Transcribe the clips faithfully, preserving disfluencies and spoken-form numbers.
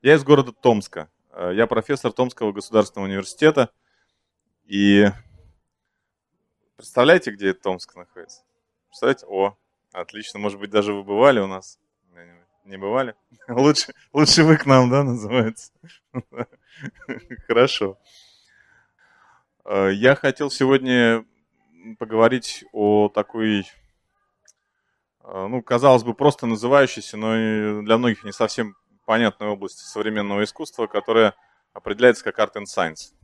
Я из города Томска. Я профессор Томского государственного университета. И представляете, где Томск находится? Представляете? О, отлично. Может быть, даже вы бывали у нас? Не бывали? Лучше, лучше вы к нам, да, называется? Хорошо. Я хотел сегодня поговорить о такой, ну, казалось бы, просто называющейся, но и для многих не совсем понятной области современного искусства, которая определяется как Art and Science.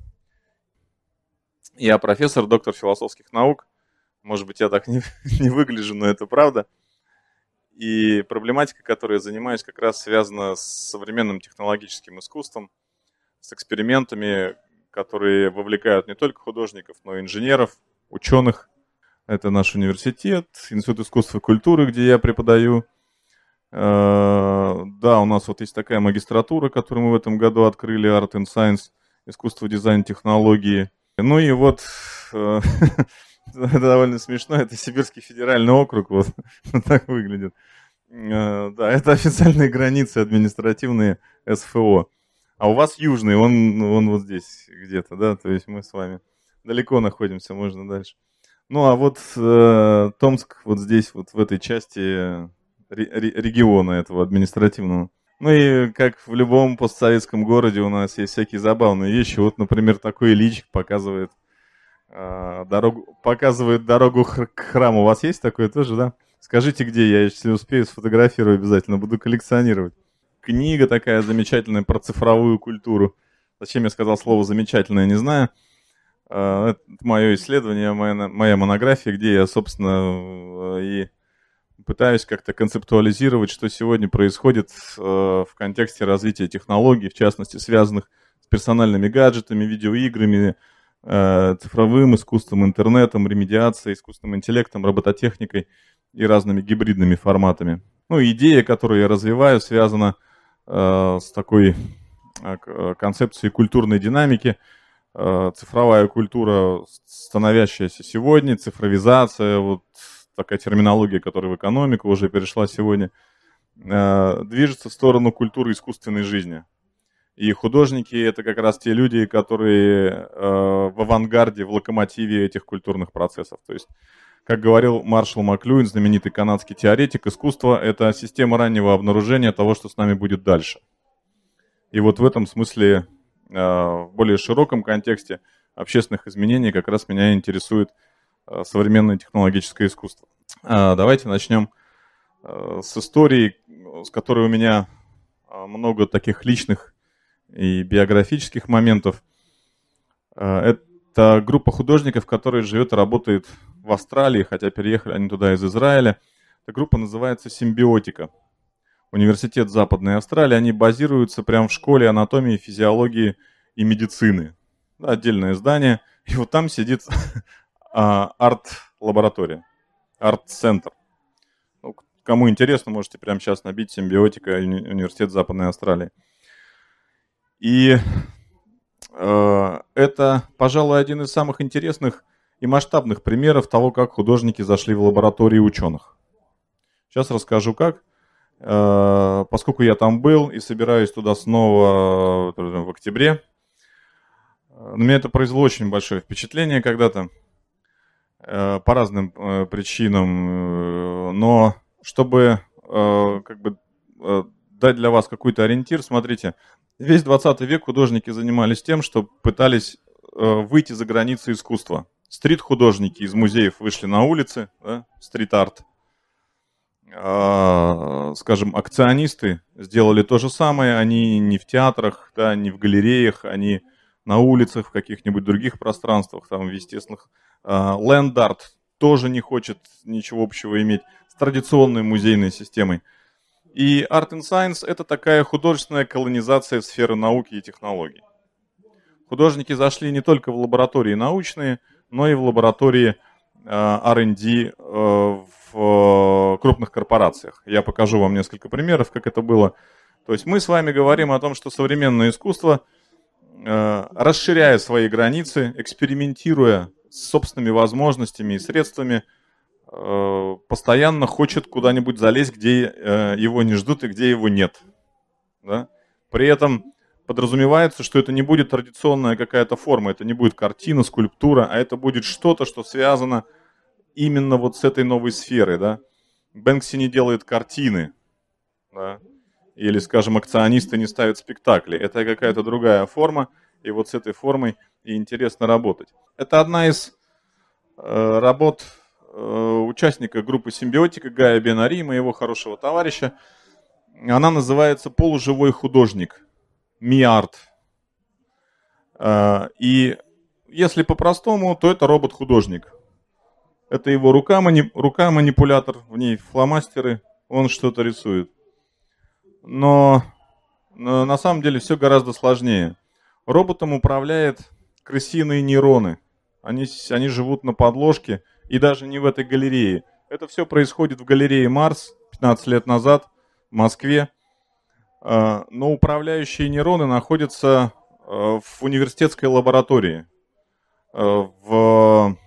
Я профессор, доктор философских наук. Может быть, я так не, не выгляжу, но это правда. И проблематика, которой я занимаюсь, как раз связана с современным технологическим искусством, с экспериментами, которые вовлекают не только художников, но и инженеров, ученых. Это наш университет, Институт искусства и культуры, где я преподаю. Да, у нас вот есть такая магистратура, которую мы в этом году открыли, Art and Science, искусство, дизайн, технологии. Ну и вот, это довольно смешно, это Сибирский федеральный округ, вот, вот так выглядит. Да, это официальные границы административные эс эф о. А у вас южный, он, он вот здесь где-то, да, то есть мы с вами далеко находимся, можно дальше. Ну а вот э, Томск вот здесь, вот в этой части региона этого административного. Ну и как в любом постсоветском городе у нас есть всякие забавные вещи. Вот, например, такой личик показывает, э, дорогу, показывает дорогу к храму. У вас есть такое тоже, да? Скажите, где я, если успею, сфотографирую обязательно, буду коллекционировать. Книга такая замечательная про цифровую культуру. Зачем я сказал слово «замечательное», не знаю. Это мое исследование, моя, моя монография, где я, собственно, и пытаюсь как-то концептуализировать, что сегодня происходит в контексте развития технологий, в частности, связанных с персональными гаджетами, видеоиграми, цифровым искусством, интернетом, ремедиацией, искусственным интеллектом, робототехникой и разными гибридными форматами. Ну, идея, которую я развиваю, связана э, с такой э, концепцией культурной динамики. Э, цифровая культура, становящаяся сегодня, цифровизация, вот такая терминология, которая в экономику уже перешла сегодня, э, движется в сторону культуры искусственной жизни. И художники — это как раз те люди, которые э, в авангарде, в локомотиве этих культурных процессов. То есть, как говорил Маршалл Маклюин, знаменитый канадский теоретик, искусство — это система раннего обнаружения того, что с нами будет дальше. И вот в этом смысле, э, в более широком контексте общественных изменений, как раз меня интересует э, современное технологическое искусство. Э, давайте начнем э, с истории, с которой у меня много таких личных и биографических моментов. Э, это группа художников, которая живет и работает в Австралии, хотя переехали они туда из Израиля. Эта группа называется «Симбиотика». Университет Западной Австралии. Они базируются прямо в школе анатомии, физиологии и медицины. Да, отдельное здание. И вот там сидит арт-лаборатория, арт-центр. Ну, кому интересно, можете прямо сейчас набить «Симбиотика», Университет Западной Австралии. И э, это, пожалуй, один из самых интересных и масштабных примеров того, как художники зашли в лаборатории ученых. Сейчас расскажу как. Э, поскольку я там был и собираюсь туда снова в октябре, на меня это произвело очень большое впечатление когда-то, э, по разным э, причинам. Э, но чтобы э, как бы, э, дать для вас какой-то ориентир, смотрите, весь двадцатый век художники занимались тем, что пытались э, выйти за границы искусства. Стрит-художники из музеев вышли на улицы, да, стрит-арт. А, скажем, акционисты сделали то же самое. Они не в театрах, да, не в галереях, они на улицах, в каких-нибудь других пространствах, там, в естественных. Ленд-арт тоже не хочет ничего общего иметь с традиционной музейной системой. И Art and Science — это такая художественная колонизация сферы науки и технологий. Художники зашли не только в лаборатории научные, но и в лаборатории ар энд ди в крупных корпорациях. Я покажу вам несколько примеров, как это было. То есть мы с вами говорим о том, что современное искусство, расширяя свои границы, экспериментируя с собственными возможностями и средствами, постоянно хочет куда-нибудь залезть, где его не ждут и где его нет. Да? При этом подразумевается, что это не будет традиционная какая-то форма, это не будет картина, скульптура, а это будет что-то, что связано именно вот с этой новой сферой, да. Бэнкси не делает картины, да, или, скажем, акционисты не ставят спектакли. Это какая-то другая форма, и вот с этой формой и интересно работать. Это одна из э, работ э, участника группы «Симбиотика» Гая Бенари, моего хорошего товарища. Она называется «Полуживой художник», ми-арт. Э, и если по-простому, то это робот-художник. Это его рука, мани... рука-манипулятор, в ней фломастеры, он что-то рисует. Но на самом деле все гораздо сложнее. Роботом управляет крысиные нейроны. Они, они живут на подложке и даже не в этой галерее. Это все происходит в галерее Марс пятнадцать лет назад в Москве. Но управляющие нейроны находятся в университетской лаборатории. В,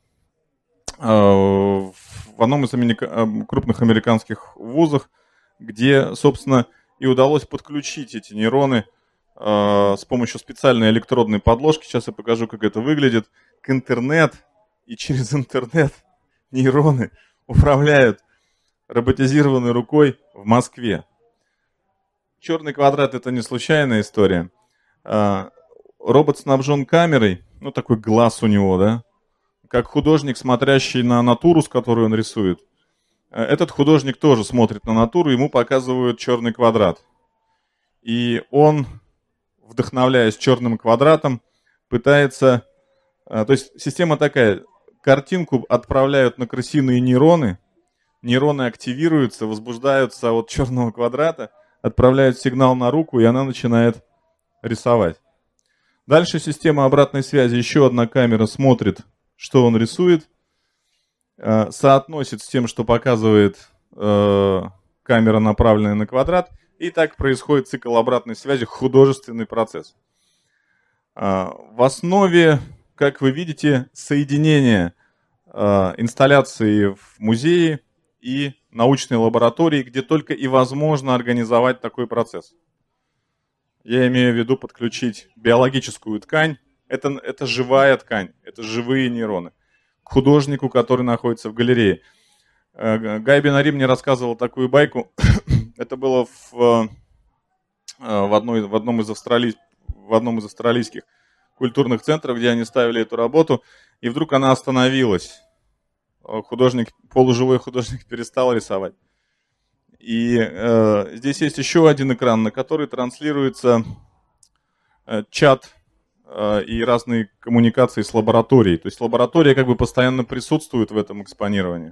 в одном из америка... крупных американских вузов, где, собственно, и удалось подключить эти нейроны э, с помощью специальной электродной подложки. Сейчас я покажу, как это выглядит. К интернет. И через интернет нейроны управляют роботизированной рукой в Москве. Черный квадрат — это не случайная история. Э, робот снабжен камерой. Ну, такой глаз у него, да? Как художник, смотрящий на натуру, с которой он рисует. Этот художник тоже смотрит на натуру, ему показывают черный квадрат. И он, вдохновляясь черным квадратом, пытается... То есть система такая, картинку отправляют на крысиные нейроны, нейроны активируются, возбуждаются от черного квадрата, отправляют сигнал на руку, и она начинает рисовать. Дальше система обратной связи, еще одна камера смотрит, что он рисует, соотносит с тем, что показывает э, камера, направленная на квадрат, и так происходит цикл обратной связи, художественный процесс. Э, в основе, как вы видите, соединение э, инсталляции в музее и научной лаборатории, где только и возможно организовать такой процесс. Я имею в виду подключить биологическую ткань. Это, это живая ткань, это живые нейроны. К художнику, который находится в галерее. Гай Бенари мне рассказывал такую байку. Это было в, в, одной, в, одном из австралий, в одном из австралийских культурных центров, где они ставили эту работу, и вдруг она остановилась. Художник, полуживой художник перестал рисовать. И э, здесь есть еще один экран, на который транслируется э, чат и разные коммуникации с лабораторией. То есть лаборатория как бы постоянно присутствует в этом экспонировании.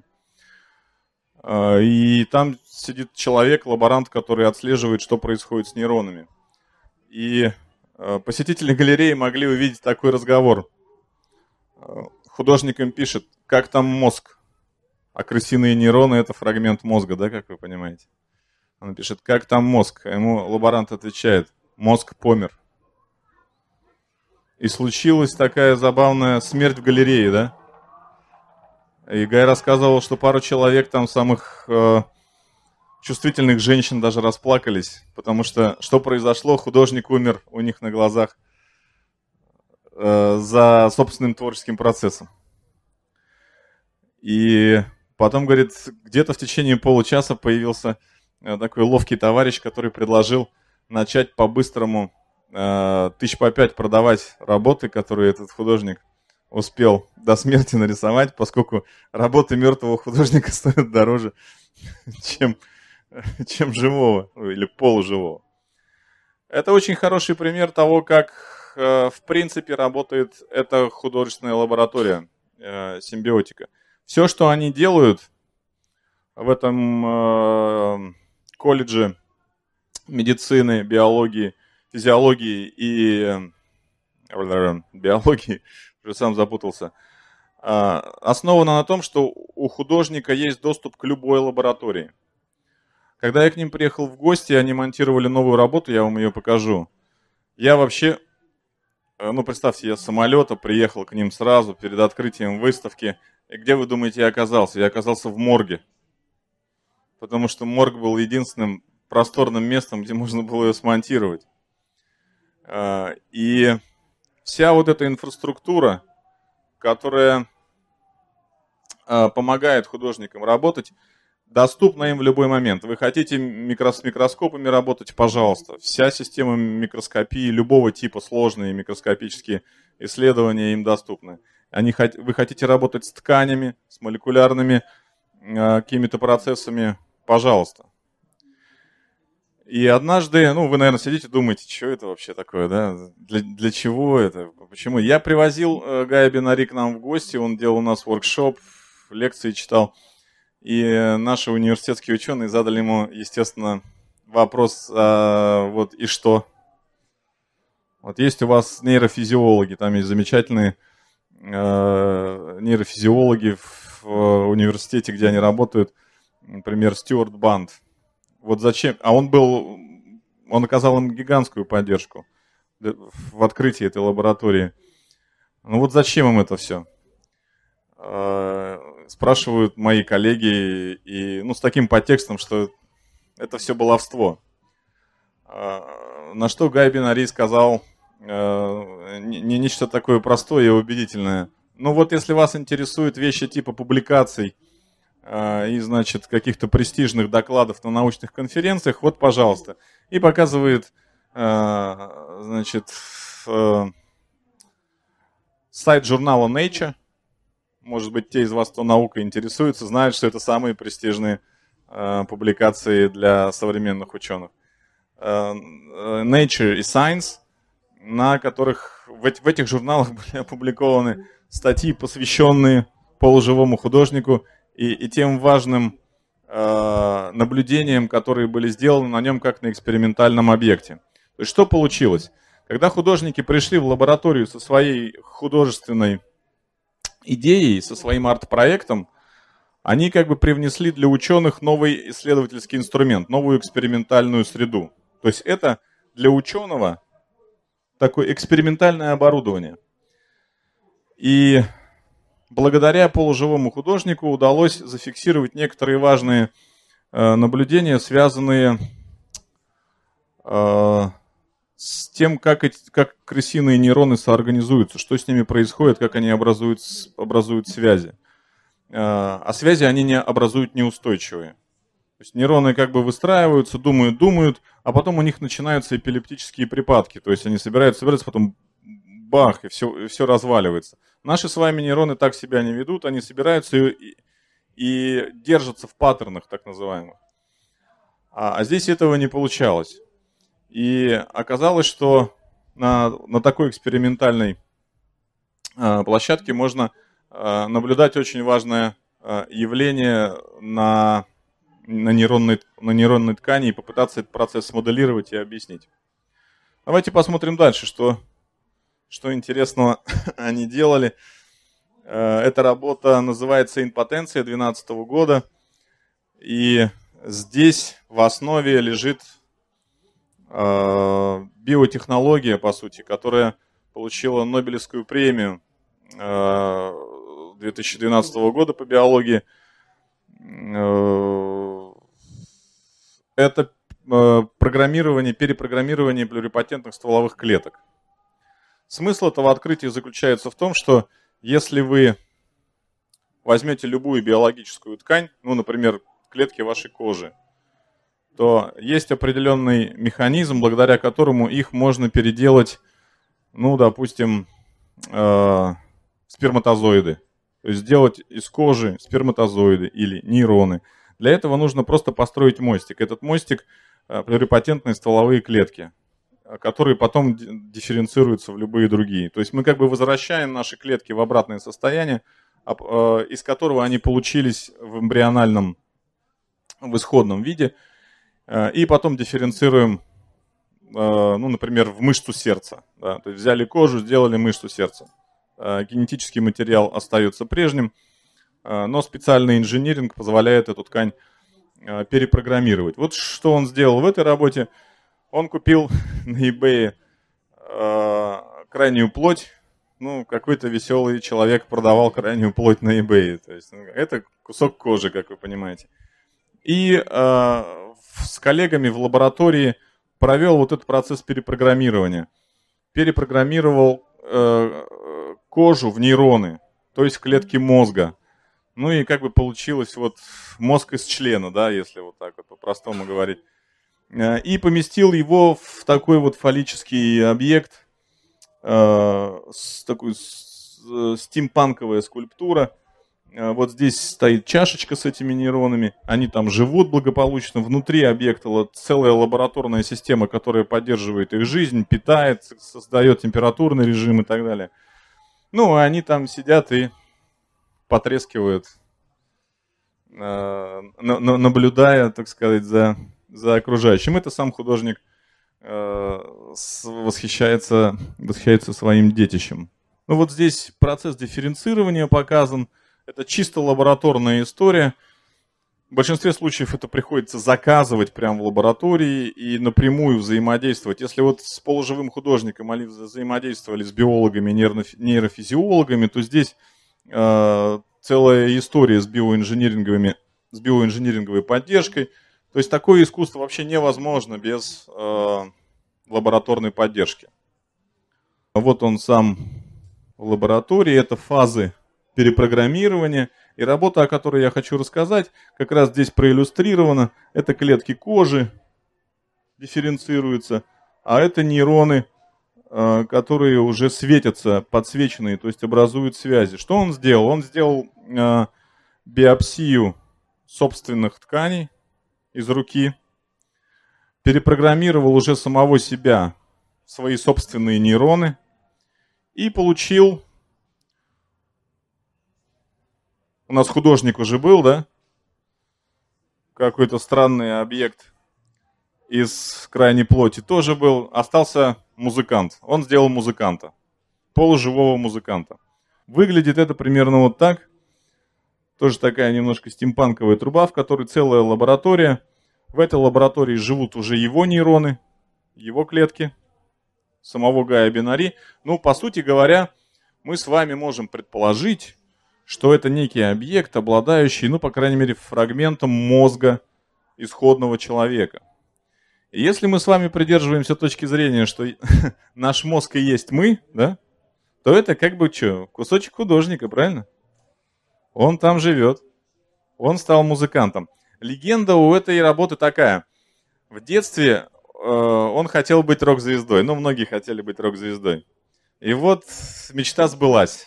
И там сидит человек, лаборант, который отслеживает, что происходит с нейронами. И посетители галереи могли увидеть такой разговор. Художник им пишет, как там мозг. А крысиные нейроны — это фрагмент мозга, да, как вы понимаете? Он пишет, как там мозг. А ему лаборант отвечает, мозг помер. И случилась такая забавная смерть в галерее, да? И Гай рассказывал, что пару человек, там самых э, чувствительных женщин, даже расплакались, потому что что произошло, художник умер у них на глазах э, за собственным творческим процессом. И потом, говорит, где-то в течение получаса появился э, такой ловкий товарищ, который предложил начать по-быстрому тысяч по пять продавать работы, которые этот художник успел до смерти нарисовать, поскольку работы мертвого художника стоят дороже, чем, чем живого или полуживого. Это очень хороший пример того, как в принципе работает эта художественная лаборатория Симбиотика. Все, что они делают в этом колледже медицины, биологии, физиологии и биологии, уже сам запутался, основана на том, что у художника есть доступ к любой лаборатории. Когда я к ним приехал в гости, они монтировали новую работу, я вам ее покажу. Я вообще, ну представьте, я с самолета приехал к ним сразу перед открытием выставки. И где, вы думаете, я оказался? Я оказался в морге. Потому что морг был единственным просторным местом, где можно было ее смонтировать. И вся вот эта инфраструктура, которая помогает художникам работать, доступна им в любой момент. Вы хотите микро- с микроскопами работать, пожалуйста. Вся система микроскопии, любого типа сложные микроскопические исследования им доступны. Они, вы хотите работать с тканями, с молекулярными э, какими-то процессами, пожалуйста. И однажды, ну, вы, наверное, сидите и думаете, что это вообще такое, да? Для, для чего это? Почему? Я привозил э, Гая Бенари к нам в гости, он делал у нас воркшоп, лекции читал. И наши университетские ученые задали ему, естественно, вопрос, а, вот и что? Вот есть у вас нейрофизиологи, там есть замечательные э, нейрофизиологи в э, университете, где они работают, например, Стюарт Банд. Вот зачем? А он был, он оказал им гигантскую поддержку в открытии этой лаборатории. Ну вот зачем им это все? Спрашивают мои коллеги, и, ну, с таким подтекстом, что это все баловство. На что Гай Бенари сказал не, не нечто такое простое и убедительное. Ну вот если вас интересуют вещи типа публикаций и, значит, каких-то престижных докладов на научных конференциях, вот, пожалуйста. И показывает, значит, сайт журнала Nature. Может быть, те из вас, кто наукой интересуется, знают, что это самые престижные э, публикации для современных ученых. Э, Nature и Science, на которых в, в этих журналах были опубликованы статьи, посвященные полуживому художнику и, и тем важным э, наблюдениям, которые были сделаны на нем как на экспериментальном объекте. То есть что получилось? Когда художники пришли в лабораторию со своей художественной идеей, со своим арт-проектом, они как бы привнесли для ученых новый исследовательский инструмент, новую экспериментальную среду. То есть это для ученого такое экспериментальное оборудование. И благодаря полуживому художнику удалось зафиксировать некоторые важные э, наблюдения, связанные э, с тем, как, эти, как крысиные нейроны соорганизуются, что с ними происходит, как они образуют, образуют связи. А связи они не образуют неустойчивые. То есть нейроны как бы выстраиваются, думают, думают, а потом у них начинаются эпилептические припадки. То есть они собираются, собираются, потом бах, и все, и все разваливается. Наши с вами нейроны так себя не ведут, они собираются и, и держатся в паттернах так называемых. А, а здесь этого не получалось. И оказалось, что на, на такой экспериментальной э, площадке можно э, наблюдать очень важное э, явление на, на, нейронной, на нейронной ткани и попытаться этот процесс смоделировать и объяснить. Давайте посмотрим дальше, что, что интересного они делали. Э, эта работа называется «Импотенция» две тысячи двенадцатого года. И здесь в основе лежит биотехнология, по сути, которая получила Нобелевскую премию две тысячи двенадцатого года по биологии. Это программирование, перепрограммирование плюрипатентных стволовых клеток. Смысл этого открытия заключается в том, что если вы возьмете любую биологическую ткань, ну, например, клетки вашей кожи, то есть определенный механизм, благодаря которому их можно переделать, ну, допустим, э, сперматозоиды. То есть сделать из кожи сперматозоиды или нейроны. Для этого нужно просто построить мостик. Этот мостик э, плюрипатентные стволовые клетки, которые потом дифференцируются в любые другие. То есть мы как бы возвращаем наши клетки в обратное состояние, э, из которого они получились в эмбриональном, в исходном виде, и потом дифференцируем, ну, например, в мышцу сердца. Да? То есть взяли кожу, сделали мышцу сердца. Генетический материал остается прежним, но специальный инжиниринг позволяет эту ткань перепрограммировать. Вот что он сделал в этой работе. Он купил на eBay крайнюю плоть. Ну, какой-то веселый человек продавал крайнюю плоть на eBay. То есть это кусок кожи, как вы понимаете. И с коллегами в лаборатории провел вот этот процесс перепрограммирования. Перепрограммировал э, кожу в нейроны, то есть в клетки мозга. Ну и как бы получилось вот мозг из члена, да, если вот так вот по-простому говорить. И поместил его в такой вот фаллический объект, э, с такой с, стимпанковая скульптура. Вот здесь стоит чашечка с этими нейронами, они там живут благополучно. Внутри объекта целая лабораторная система, которая поддерживает их жизнь, питает, создает температурный режим и так далее. Ну, они там сидят и потрескивают, наблюдая, так сказать, за, за окружающим. Это сам художник восхищается, восхищается своим детищем. Ну вот здесь процесс дифференцирования показан. Это чисто лабораторная история. В большинстве случаев это приходится заказывать прямо в лаборатории и напрямую взаимодействовать. Если вот с полуживым художником они взаимодействовали с биологами, нейрофизиологами, то здесь э, целая история с биоинжиниринговыми, с биоинжиниринговой поддержкой. То есть такое искусство вообще невозможно без э, лабораторной поддержки. Вот он сам в лаборатории, это фазы перепрограммирования. И работа, о которой я хочу рассказать, как раз здесь проиллюстрирована. Это клетки кожи дифференцируются, а это нейроны, которые уже светятся, подсвеченные, то есть образуют связи. Что он сделал? Он сделал биопсию собственных тканей из руки, перепрограммировал уже самого себя, свои собственные нейроны и получил... У нас художник уже был, да? Какой-то странный объект из крайней плоти тоже был. Остался музыкант. Он сделал музыканта. Полуживого музыканта. Выглядит это примерно вот так. Тоже такая немножко стимпанковая труба, в которой целая лаборатория. В этой лаборатории живут уже его нейроны, его клетки, самого Гая Бенари. Ну, по сути говоря, мы с вами можем предположить, что это некий объект, обладающий, ну, по крайней мере, фрагментом мозга исходного человека. И если мы с вами придерживаемся точки зрения, что наш мозг и есть мы, да, то это как бы что, кусочек художника, правильно? Он там живет, он стал музыкантом. Легенда у этой работы такая. В детстве э, он хотел быть рок-звездой, ну, многие хотели быть рок-звездой. И вот мечта сбылась.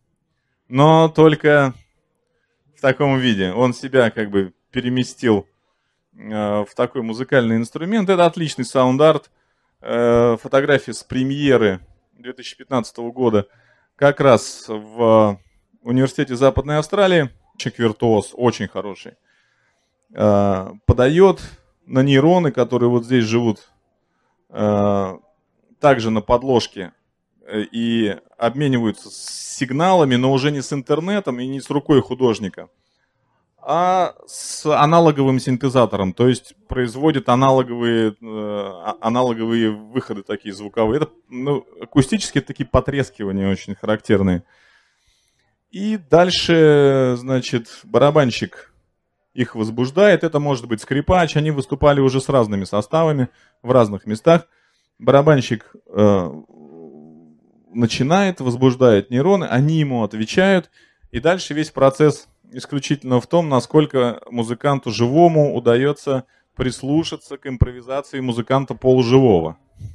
Но только в таком виде. Он себя как бы переместил э, в такой музыкальный инструмент. Это отличный саунд-арт. Э, фотографии с премьеры две тысячи пятнадцатого года как раз в университете Западной Австралии. Виртуоз, очень хороший. Э, подает на нейроны, которые вот здесь живут, э, также на подложке. И обмениваются сигналами, но уже не с интернетом и не с рукой художника, а с аналоговым синтезатором, то есть производит аналоговые, э, аналоговые выходы такие звуковые. Это, ну, акустические такие потрескивания очень характерные. И дальше, значит, барабанщик их возбуждает. Это может быть скрипач. Они выступали уже с разными составами в разных местах. Барабанщик э, начинает, возбуждает нейроны, они ему отвечают, и дальше весь процесс исключительно в том, насколько музыканту живому удается прислушаться к импровизации музыканта полуживого.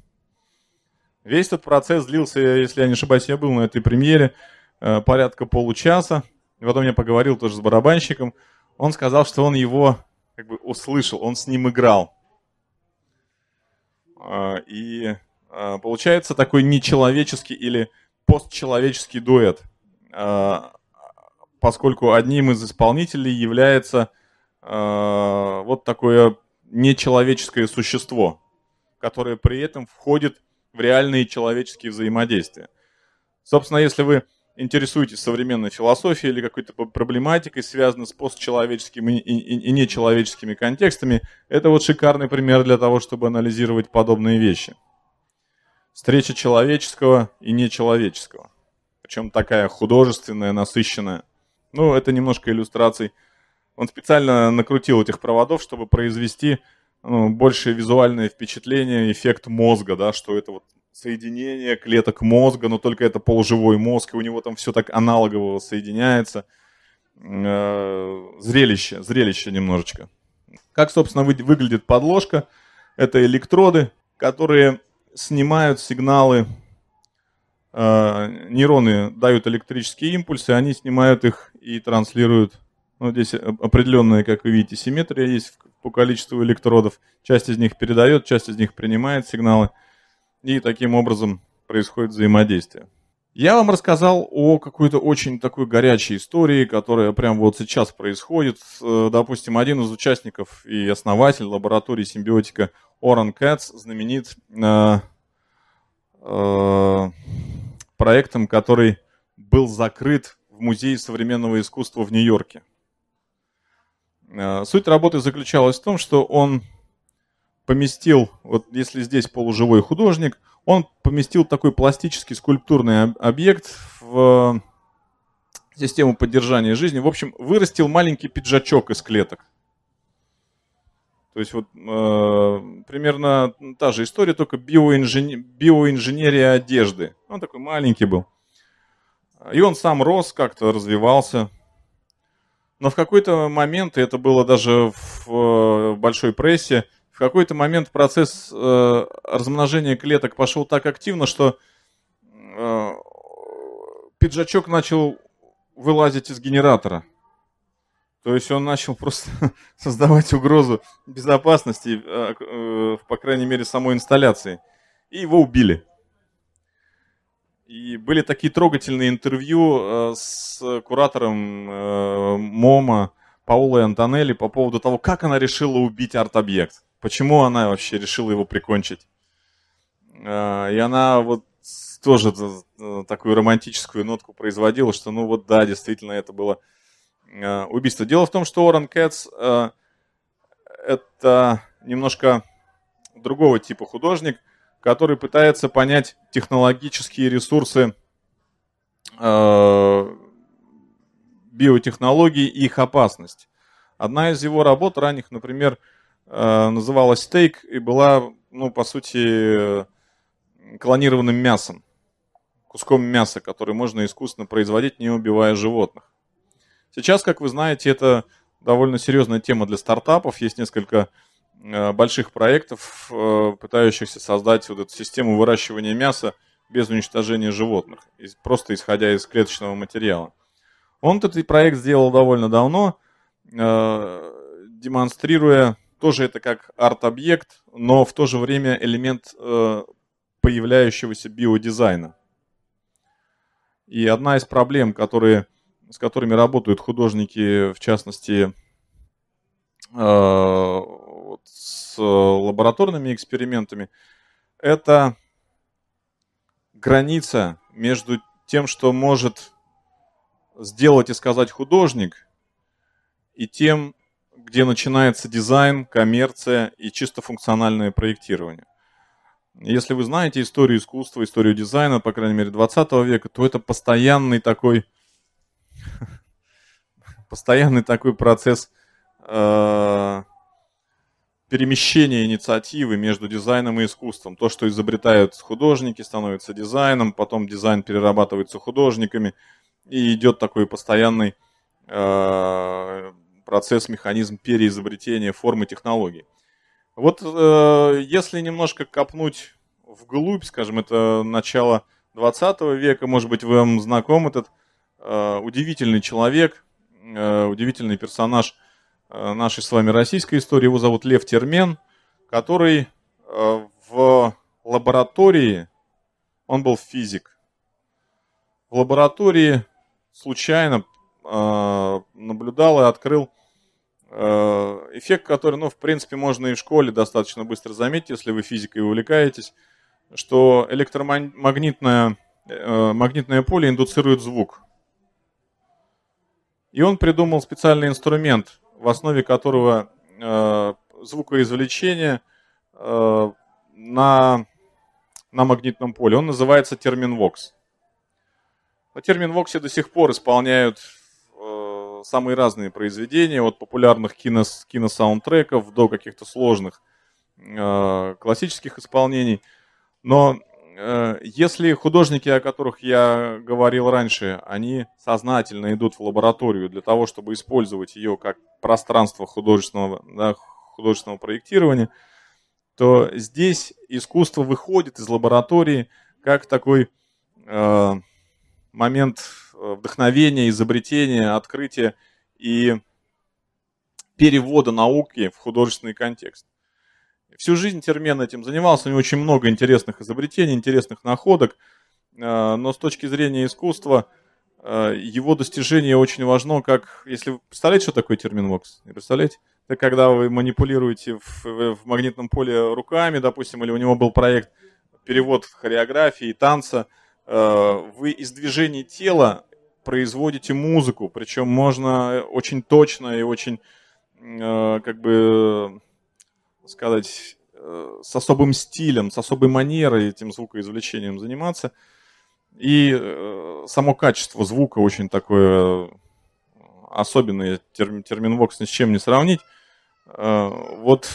Весь этот процесс длился, если я не ошибаюсь, я был на этой премьере, порядка получаса. И потом я поговорил тоже с барабанщиком. Он сказал, что он его как бы услышал, он с ним играл. И получается такой нечеловеческий или постчеловеческий дуэт, поскольку одним из исполнителей является вот такое нечеловеческое существо, которое при этом входит в реальные человеческие взаимодействия. Собственно, если вы интересуетесь современной философией или какой-то проблематикой, связанной с постчеловеческими и, и, и нечеловеческими контекстами, это вот шикарный пример для того, чтобы анализировать подобные вещи. Встреча человеческого и нечеловеческого. Причем такая художественная, насыщенная. Ну, это немножко иллюстраций. Он специально накрутил этих проводов, чтобы произвести ну, большее визуальное впечатление, эффект мозга, да, что это вот соединение клеток мозга, но только это полуживой мозг, и у него там все так аналогово соединяется. Зрелище, зрелище немножечко. Как, собственно, вы, выглядит подложка? Это электроды, которые снимают сигналы. Э, нейроны дают электрические импульсы, они снимают их и транслируют. Ну, здесь определенная, как вы видите, симметрия есть по количеству электродов. Часть из них передает, часть из них принимает сигналы. И таким образом происходит взаимодействие. Я вам рассказал о какой-то очень такой горячей истории, которая прямо вот сейчас происходит. Допустим, один из участников и основатель лаборатории симбиотика Орен Кэтс знаменит э, э, проектом, который был закрыт в Музее современного искусства в Нью-Йорке. Э, суть работы заключалась в том, что он поместил, вот если здесь полуживой художник, он поместил такой пластический скульптурный объект в систему поддержания жизни. В общем, вырастил маленький пиджачок из клеток. То есть вот э, примерно та же история, только биоинжен... биоинженерия одежды. Он такой маленький был. И он сам рос, как-то развивался. Но в какой-то момент, и это было даже в большой прессе, в какой-то момент процесс э, размножения клеток пошел так активно, что э, пиджачок начал вылазить из генератора. То есть он начал просто создавать угрозу безопасности, э, э, по крайней мере, самой инсталляции. И его убили. И были такие трогательные интервью э, с куратором э, МОМА Паолой Антонелли по поводу того, как она решила убить арт-объект. Почему она вообще решила его прикончить? И она вот тоже такую романтическую нотку производила, что ну вот да, действительно это было убийство. Дело в том, что Орен Кэтс это немножко другого типа художник, который пытается понять технологические ресурсы биотехнологий и их опасность. Одна из его работ ранних, например, называлась «Стейк» и была, ну, по сути, клонированным мясом, куском мяса, который можно искусственно производить, не убивая животных. Сейчас, как вы знаете, это довольно серьезная тема для стартапов. Есть несколько больших проектов, пытающихся создать вот эту систему выращивания мяса без уничтожения животных, просто исходя из клеточного материала. Он этот проект сделал довольно давно, демонстрируя тоже это как арт-объект, но в то же время элемент э, появляющегося биодизайна. И одна из проблем, которые, с которыми работают художники, в частности, э, вот, с лабораторными экспериментами, это граница между тем, что может сделать и сказать художник, и тем, где начинается дизайн, коммерция и чисто функциональное проектирование. Если вы знаете историю искусства, историю дизайна, по крайней мере, двадцатого века, то это постоянный такой, постоянный такой процесс э, перемещения инициативы между дизайном и искусством. То, что изобретают художники, становится дизайном, потом дизайн перерабатывается художниками, и идет такой постоянный э, процесс, механизм переизобретения формы технологий. Вот э, если немножко копнуть вглубь, скажем, это начало двадцатого века, может быть, вам знаком этот э, удивительный человек, э, удивительный персонаж э, нашей с вами российской истории, его зовут Лев Термен, который э, в лаборатории, он был физик, в лаборатории случайно э, наблюдал и открыл эффект, который, ну, в принципе, можно и в школе достаточно быстро заметить, если вы физикой увлекаетесь, что электромагнитное магнитное поле индуцирует звук. И он придумал специальный инструмент, в основе которого э, звукоизвлечение э, на, на магнитном поле. Он называется терминвокс. На терминвоксе до сих пор исполняют самые разные произведения, от популярных кино, киносаундтреков до каких-то сложных э, классических исполнений. Но э, если художники, о которых я говорил раньше, они сознательно идут в лабораторию для того, чтобы использовать ее как пространство художественного, да, художественного проектирования, то здесь искусство выходит из лаборатории как такой э, момент вдохновения, изобретения, открытия и перевода науки в художественный контекст. Всю жизнь Термен этим занимался, у него очень много интересных изобретений, интересных находок, но с точки зрения искусства его достижение очень важно, как, если вы представляете, что такое терминвокс, не представляете? Это когда вы манипулируете в, в магнитном поле руками, допустим, или у него был проект перевод хореографии, танца, вы из движений тела производите музыку, причем можно очень точно и очень, как бы сказать, с особым стилем, с особой манерой этим звукоизвлечением заниматься. И само качество звука очень такое особенное, термин, терминвокс ни с чем не сравнить. Вот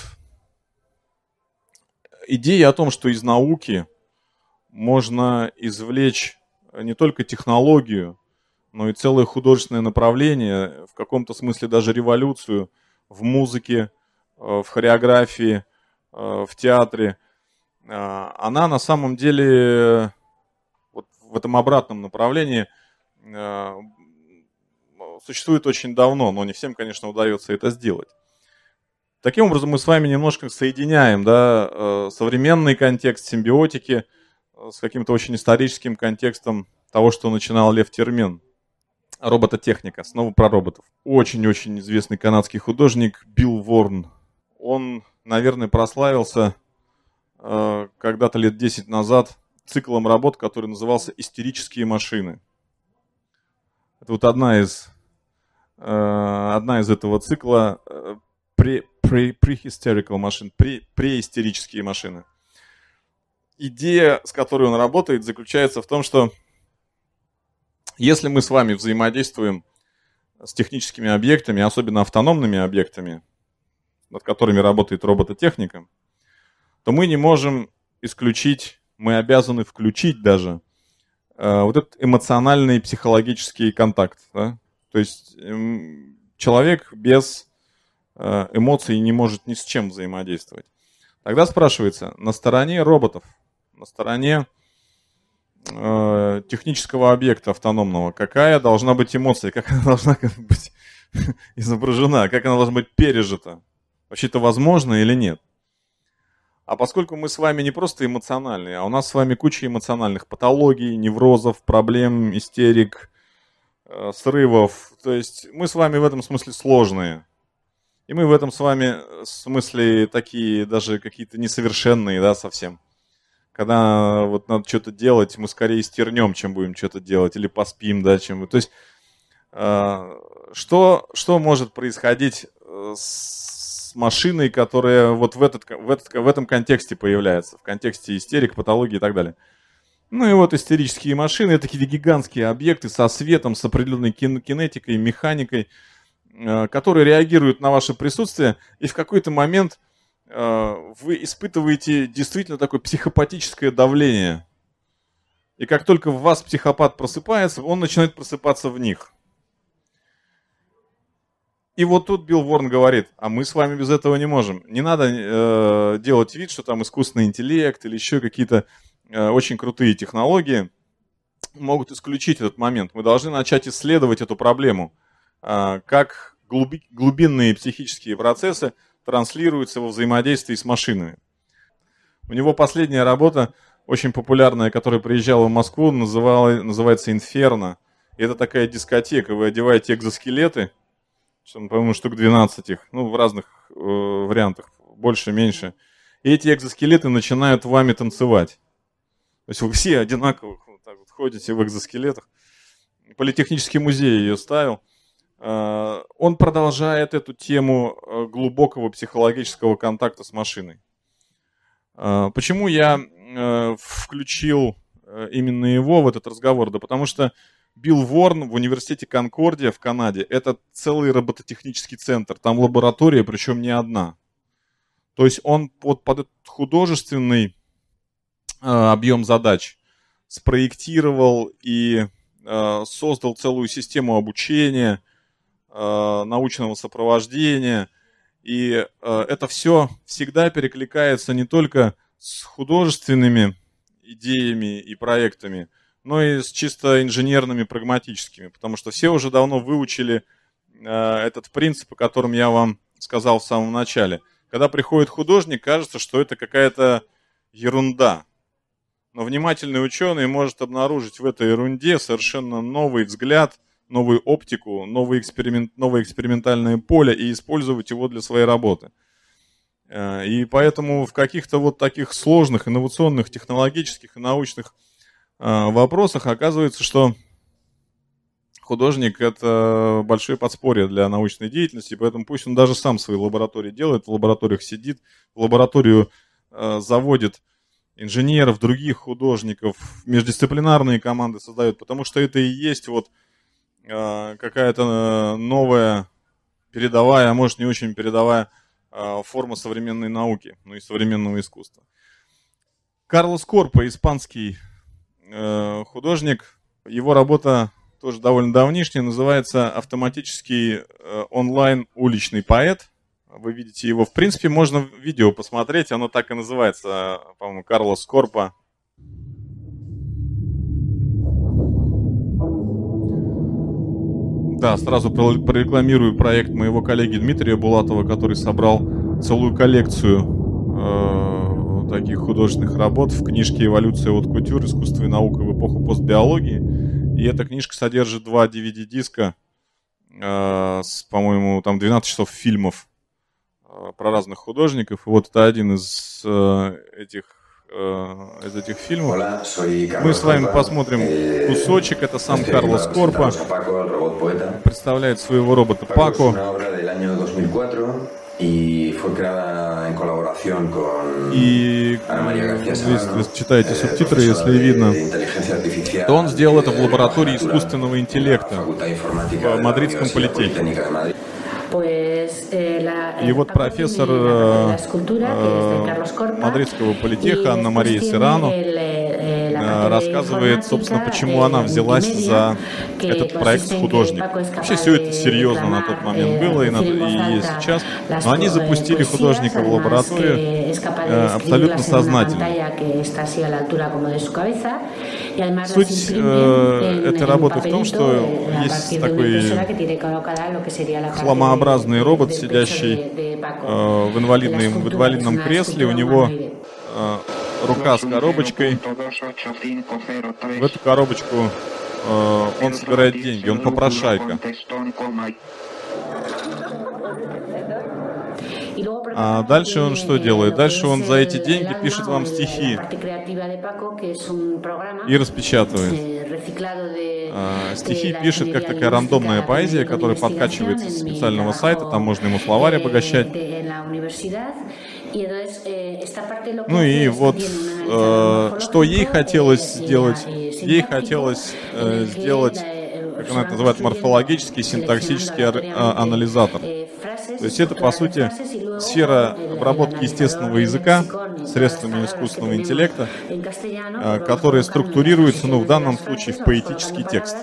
идея о том, что из науки можно извлечь не только технологию, но и целое художественное направление, в каком-то смысле даже революцию в музыке, в хореографии, в театре, она на самом деле вот в этом обратном направлении существует очень давно, но не всем, конечно, удается это сделать. Таким образом, мы с вами немножко соединяем, да, современный контекст симбиотики с каким-то очень историческим контекстом того, что начинал Лев Термен. Робототехника, снова про роботов. Очень-очень известный канадский художник Билл Ворн. Он, наверное, прославился э, когда-то лет десять назад циклом работ, который назывался «Истерические машины». Это вот одна из, э, одна из этого цикла э, pre, pre, pre-hysterical машин, pre, преистерические машины. Идея, с которой он работает, заключается в том, что если мы с вами взаимодействуем с техническими объектами, особенно автономными объектами, над которыми работает робототехника, то мы не можем исключить, мы обязаны включить даже э, вот этот эмоциональный психологический контакт. Да? То есть э, человек без э, эмоций не может ни с чем взаимодействовать. Тогда спрашивается, на стороне роботов, на стороне технического объекта автономного, какая должна быть эмоция, как она должна быть изображена, как она должна быть пережита. Вообще это возможно или нет? А поскольку мы с вами не просто эмоциональные, а у нас с вами куча эмоциональных патологий, неврозов, проблем, истерик, э, срывов, то есть мы с вами в этом смысле сложные. И мы в этом с вами смысле такие даже какие-то несовершенные, да, совсем. Когда вот надо что-то делать, мы скорее стернем, чем будем что-то делать, или поспим, да, чем... То есть, э, что, что может происходить с машиной, которая вот в, этот, в, этот, в этом контексте появляется, в контексте истерик, патологии и так далее. Ну и вот истерические машины, это такие гигантские объекты со светом, с определенной кин- кинетикой, механикой, э, которые реагируют на ваше присутствие, и в какой-то момент вы испытываете действительно такое психопатическое давление. И как только в вас психопат просыпается, он начинает просыпаться в них. И вот тут Билл Ворн говорит, а мы с вами без этого не можем. Не надо э, делать вид, что там искусственный интеллект или еще какие-то э, очень крутые технологии могут исключить этот момент. Мы должны начать исследовать эту проблему, э, как глуби- глубинные психические процессы транслируется во взаимодействии с машинами. У него последняя работа, очень популярная, которая приезжала в Москву, называла, называется «Инферно». И это такая дискотека. Вы одеваете экзоскелеты, по-моему, штук двенадцать их, ну, в разных э, вариантах, больше, меньше. И эти экзоскелеты начинают вами танцевать. То есть вы все одинаково вот так вот ходите в экзоскелетах. Политехнический музей ее ставил. Он продолжает эту тему глубокого психологического контакта с машиной. Почему я включил именно его в этот разговор? Да потому что Билл Ворн в университете Конкордия в Канаде – это целый робототехнический центр. Там лаборатория, причем не одна. То есть он под, под этот художественный э, объем задач спроектировал и э, создал целую систему обучения, э, научного сопровождения. И э, это все всегда перекликается не только с художественными идеями и проектами, но и с чисто инженерными, прагматическими. Потому что все уже давно выучили э, этот принцип, о котором я вам сказал в самом начале. Когда приходит художник, кажется, что это какая-то ерунда. Но внимательный ученый может обнаружить в этой ерунде совершенно новый взгляд, новую оптику, новый эксперимент, новое экспериментальное поле и использовать его для своей работы. И поэтому в каких-то вот таких сложных инновационных, технологических и научных вопросах оказывается, что художник – это большое подспорье для научной деятельности, поэтому пусть он даже сам свои лаборатории делает, в лабораториях сидит, в лабораторию заводит инженеров, других художников, междисциплинарные команды создает, потому что это и есть вот какая-то новая, передовая, а может не очень передовая форма современной науки, ну и современного искусства. Карлос Корпа, испанский художник, его работа тоже довольно давнишняя, называется «Автоматический онлайн уличный поэт». Вы видите его, в принципе, можно видео посмотреть, оно так и называется, по-моему, Карлос Корпа. Да, сразу прорекламирую проект моего коллеги Дмитрия Булатова, который собрал целую коллекцию э, таких художественных работ в книжке «Эволюция от кутюр. Искусство и наука в эпоху постбиологии». И эта книжка содержит два ди ви ди-диска э, с, по-моему, там двенадцать часов фильмов э, про разных художников. И вот это один из э, этих, э, из этих фильмов. Мы с вами посмотрим кусочек. Это сам Карлос Корпа. Представляет своего робота Пако. И если вы читаете субтитры, если видно, то он сделал это в лаборатории искусственного интеллекта в Мадридском политехе. И вот профессор э, э, Мадридского политеха Анна Мария Серрано э, рассказывает, собственно, почему она взялась за этот проект с художником. Вообще все это серьезно на тот момент было и, на, и сейчас, но они запустили художника в лабораторию э, абсолютно сознательно. Суть э, этой работы в том, что есть такой хламообразный робот, сидящий э, в, инвалидном, в инвалидном кресле, у него э, рука с коробочкой. В эту коробочку э, он собирает деньги, он попрошайка. А дальше он что делает? Дальше он за эти деньги пишет вам стихи и распечатывает. А, стихи пишет как такая рандомная поэзия, которая подкачивается с специального сайта, там можно ему словарь обогащать. Ну и вот, э, что ей хотелось сделать? Ей хотелось э, сделать, как она это называет, морфологический, синтаксический анализатор. То есть это, по сути, сфера обработки естественного языка средствами искусственного интеллекта, которая структурируется, ну, в данном случае, в поэтический текст.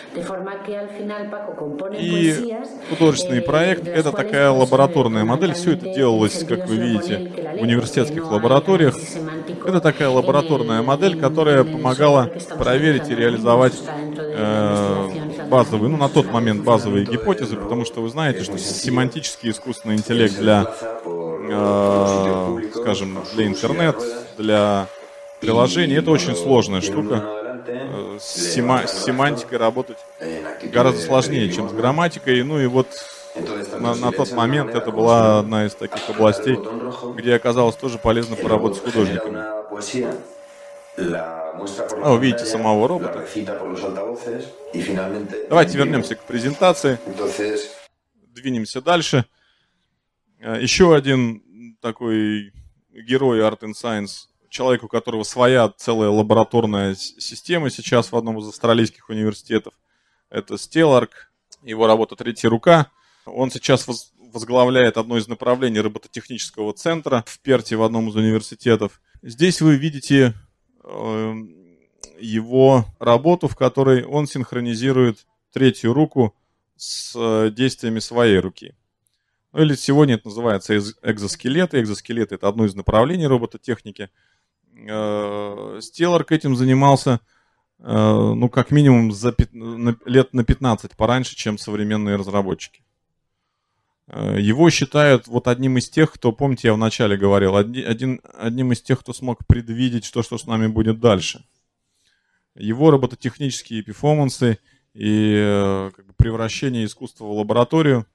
И художественный проект — это такая лабораторная модель. Все это делалось, как вы видите, в университетских лабораториях. Это такая лабораторная модель, которая помогала проверить и реализовать э, базовые, ну, на тот момент базовые гипотезы, потому что вы знаете, что семантический искусственный интеллект для, э, скажем, для интернет, для приложений — это очень сложная штука. С, сема, с семантикой работать гораздо сложнее, чем с грамматикой. Ну и вот на, на тот момент это была одна из таких областей, где оказалось тоже полезно поработать с художниками. А вы видите самого робота. Давайте вернемся к презентации. Двинемся дальше. Еще один такой герой Art and Science, человек, у которого своя целая лабораторная система сейчас в одном из австралийских университетов. Это Стелларк, его работа «Третья рука». Он сейчас возглавляет одно из направлений робототехнического центра в Перте, в одном из университетов. Здесь вы видите э, его работу, в которой он синхронизирует третью руку с э, действиями своей руки. Ну, или сегодня это называется экзоскелеты. Экзоскелеты — это одно из направлений робототехники. Э, Стелларк этим занимался, э, ну, как минимум, за пят... лет на пятнадцать пораньше, чем современные разработчики. Его считают вот одним из тех, кто, помните, я вначале говорил, один, одним из тех, кто смог предвидеть, что, что с нами будет дальше. Его робототехнические перформансы и как бы, превращение искусства в лабораторию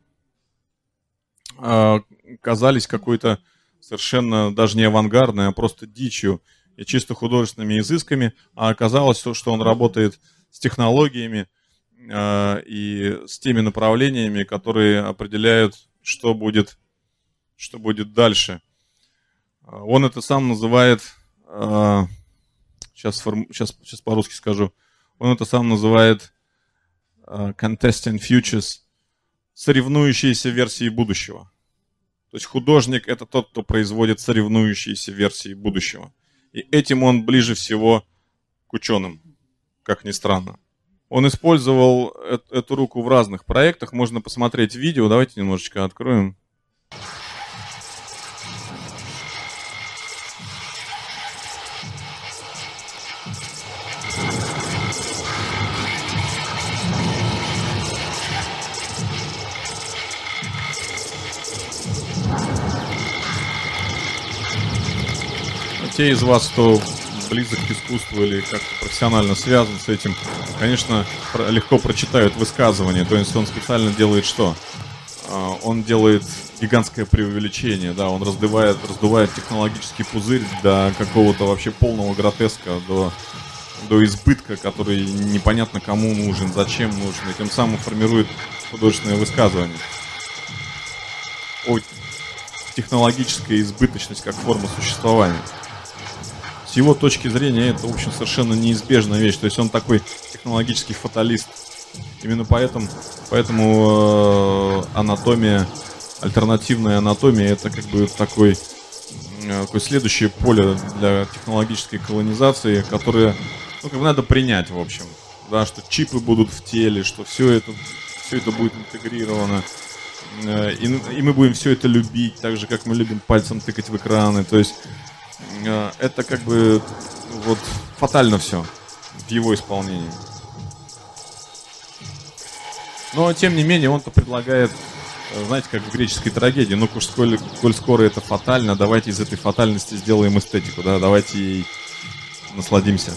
казались какой-то совершенно даже не авангардной, а просто дичью и чисто художественными изысками, а оказалось, что он работает с технологиями и с теми направлениями, которые определяют, что будет, что будет дальше. Он это сам называет, сейчас, сейчас, сейчас по-русски скажу, он это сам называет contesting futures, соревнующиеся версии будущего. То есть художник — это тот, кто производит соревнующиеся версии будущего. И этим он ближе всего к ученым, как ни странно. Он использовал эту руку в разных проектах. Можно посмотреть видео. Давайте немножечко откроем. Те из вас, кто близок к искусству или как-то профессионально связан с этим, конечно, легко прочитают высказывание. То есть он специально делает что? Он делает гигантское преувеличение, да, он раздувает, раздувает технологический пузырь до какого-то вообще полного гротеска, до, до избытка, который непонятно кому нужен, зачем нужен, и тем самым формирует художественное высказывание. О технологической избыточности как форма существования. С его точки зрения это, в общем, совершенно неизбежная вещь. То есть он такой технологический фаталист. Именно поэтому, поэтому э, анатомия, альтернативная анатомия — это как бы такой, э, такое следующее поле для технологической колонизации, которое, ну, как бы надо принять, в общем. Да, что чипы будут в теле, что все это, все это будет интегрировано. Э, и, и мы будем все это любить, так же, как мы любим пальцем тыкать в экраны. То есть это как бы вот фатально все в его исполнении. Но тем не менее он-то предлагает, знаете, как в греческой трагедии, ну уж сколь, сколь скоро это фатально, давайте из этой фатальности сделаем эстетику, да, давайте ей насладимся.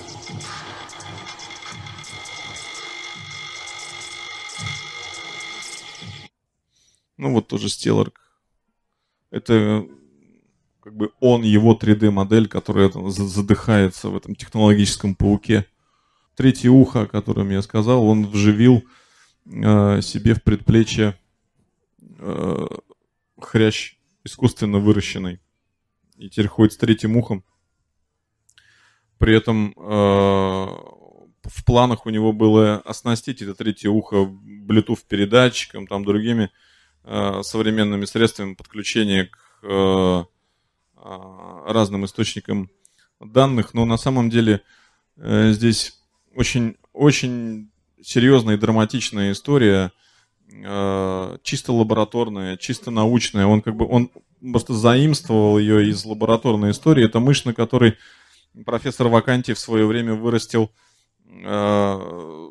Ну вот тоже Стелларк. Это как бы он, его три дэ-модель, которая там задыхается в этом технологическом пауке. Третье ухо, о котором я сказал, он вживил э, себе в предплечье э, хрящ искусственно выращенный. И теперь ходит с третьим ухом. При этом э, в планах у него было оснастить это третье ухо Bluetooth-передатчиком, там другими э, современными средствами подключения к э, разным источникам данных, но на самом деле э, здесь очень, очень серьезная и драматичная история, э, чисто лабораторная, чисто научная. Он как бы он просто заимствовал ее из лабораторной истории. Это мышь, на которой профессор Ваканти в свое время вырастил э,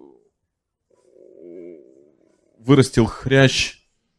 вырастил хрящ,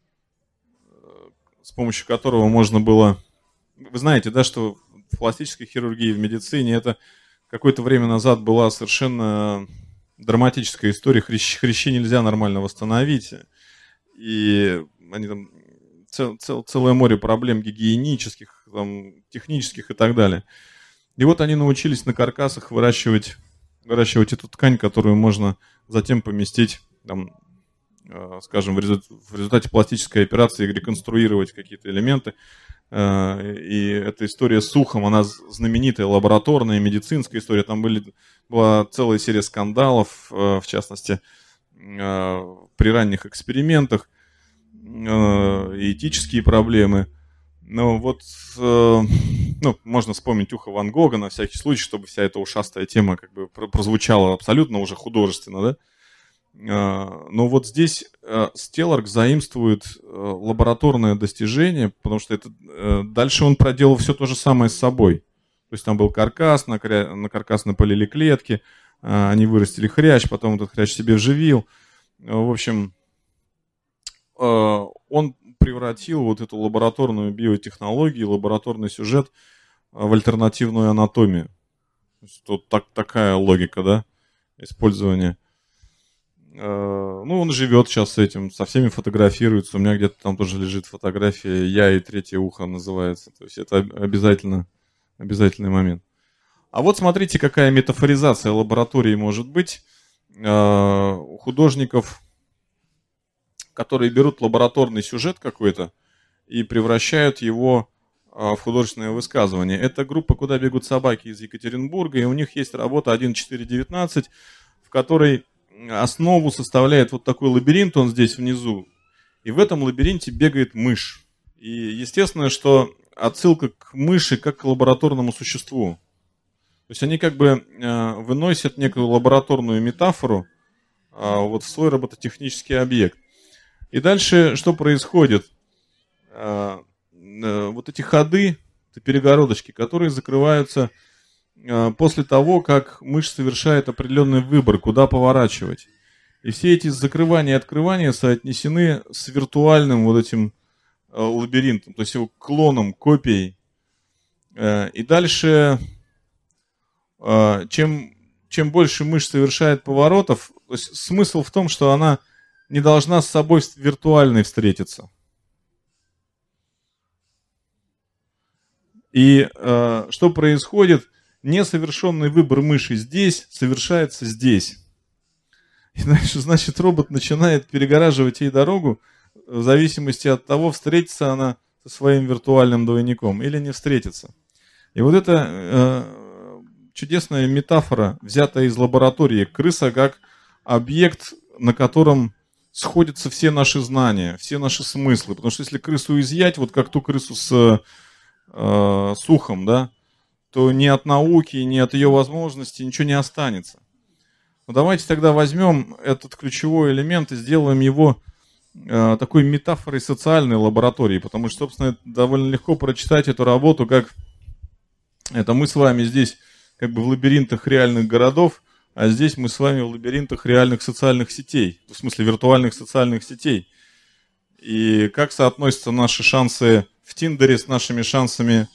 с помощью которого можно было... Вы знаете, да, что в пластической хирургии, в медицине это какое-то время назад была совершенно драматическая история. Хрящи, хрящи нельзя нормально восстановить. И они там цел, цел, целое море проблем гигиенических, там, технических и так далее. И вот они научились на каркасах выращивать, выращивать эту ткань, которую можно затем поместить, там, э, скажем, в, результате, в результате пластической операции реконструировать какие-то элементы. И эта история с ухом, она знаменитая, лабораторная, медицинская история. Там были, была целая серия скандалов, в частности, при ранних экспериментах. и этические проблемы. Но вот, э, ну, можно вспомнить «Ухо Ван Гога» на всякий случай, чтобы вся эта ушастая тема как бы прозвучала абсолютно уже художественно, да? Э, но вот здесь э, Стелларк заимствует э, лабораторное достижение, потому что это, э, дальше он проделал все то же самое с собой. То есть там был каркас, на, кря... на каркас напылили клетки, э, они вырастили хрящ, потом этот хрящ себе вживил. Э, в общем, э, он превратил вот эту лабораторную биотехнологию, лабораторный сюжет в альтернативную анатомию. То есть тут так, такая логика, да, использования. Ну, он живет сейчас с этим, со всеми фотографируется. У меня где-то там тоже лежит фотография «Я и третье ухо» называется. То есть это обязательно, обязательный момент. А вот смотрите, какая метафоризация лаборатории может быть у художников, которые берут лабораторный сюжет какой-то и превращают его в художественное высказывание. Это группа «Куда бегут собаки» из Екатеринбурга, и у них есть работа один четыре девятнадцать, в которой основу составляет вот такой лабиринт, он здесь внизу, и в этом лабиринте бегает мышь. И естественно, что отсылка к мыши как к лабораторному существу. То есть они как бы выносят некую лабораторную метафору вот в свой робототехнический объект. И дальше что происходит? Вот эти ходы, это перегородочки, которые закрываются после того, как мышь совершает определенный выбор, куда поворачивать. И все эти закрывания и открывания соотнесены с виртуальным вот этим лабиринтом, то есть его клоном, копией. И дальше, чем, чем больше мышь совершает поворотов, то есть смысл в том, что она не должна с собой виртуальной встретиться. И э, что происходит? Несовершенный выбор мыши здесь совершается здесь. И дальше, значит, робот начинает перегораживать ей дорогу в зависимости от того, встретится она со своим виртуальным двойником или не встретится. И вот эта э, чудесная метафора, взятая из лаборатории. Крыса как объект, на котором сходятся все наши знания, все наши смыслы. Потому что если крысу изъять, вот как ту крысу с, э, с ухом, да, то ни от науки, ни от ее возможностей ничего не останется. Но давайте тогда возьмем этот ключевой элемент и сделаем его э, такой метафорой социальной лаборатории, потому что, собственно, довольно легко прочитать эту работу, как это мы с вами здесь как бы в лабиринтах реальных городов, а здесь мы с вами в лабиринтах реальных социальных сетей, в смысле виртуальных социальных сетей. И как соотносятся наши шансы в Тиндере с нашими шансами,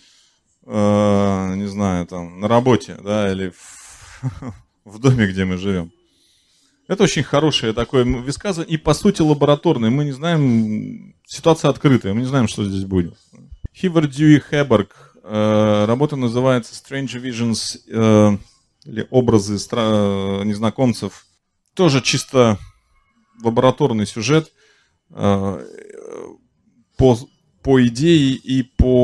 э, не знаю, там, на работе, да, или в, в доме, где мы живем. Это очень хорошее такое высказывание, и по сути лабораторное. Мы не знаем, ситуация открытая, мы не знаем, что здесь будет. Хивер Дьюи Хэбберг, э, работа называется Strange Visions, э, или образы стра- незнакомцев. Тоже чисто лабораторный сюжет э, по, по идее и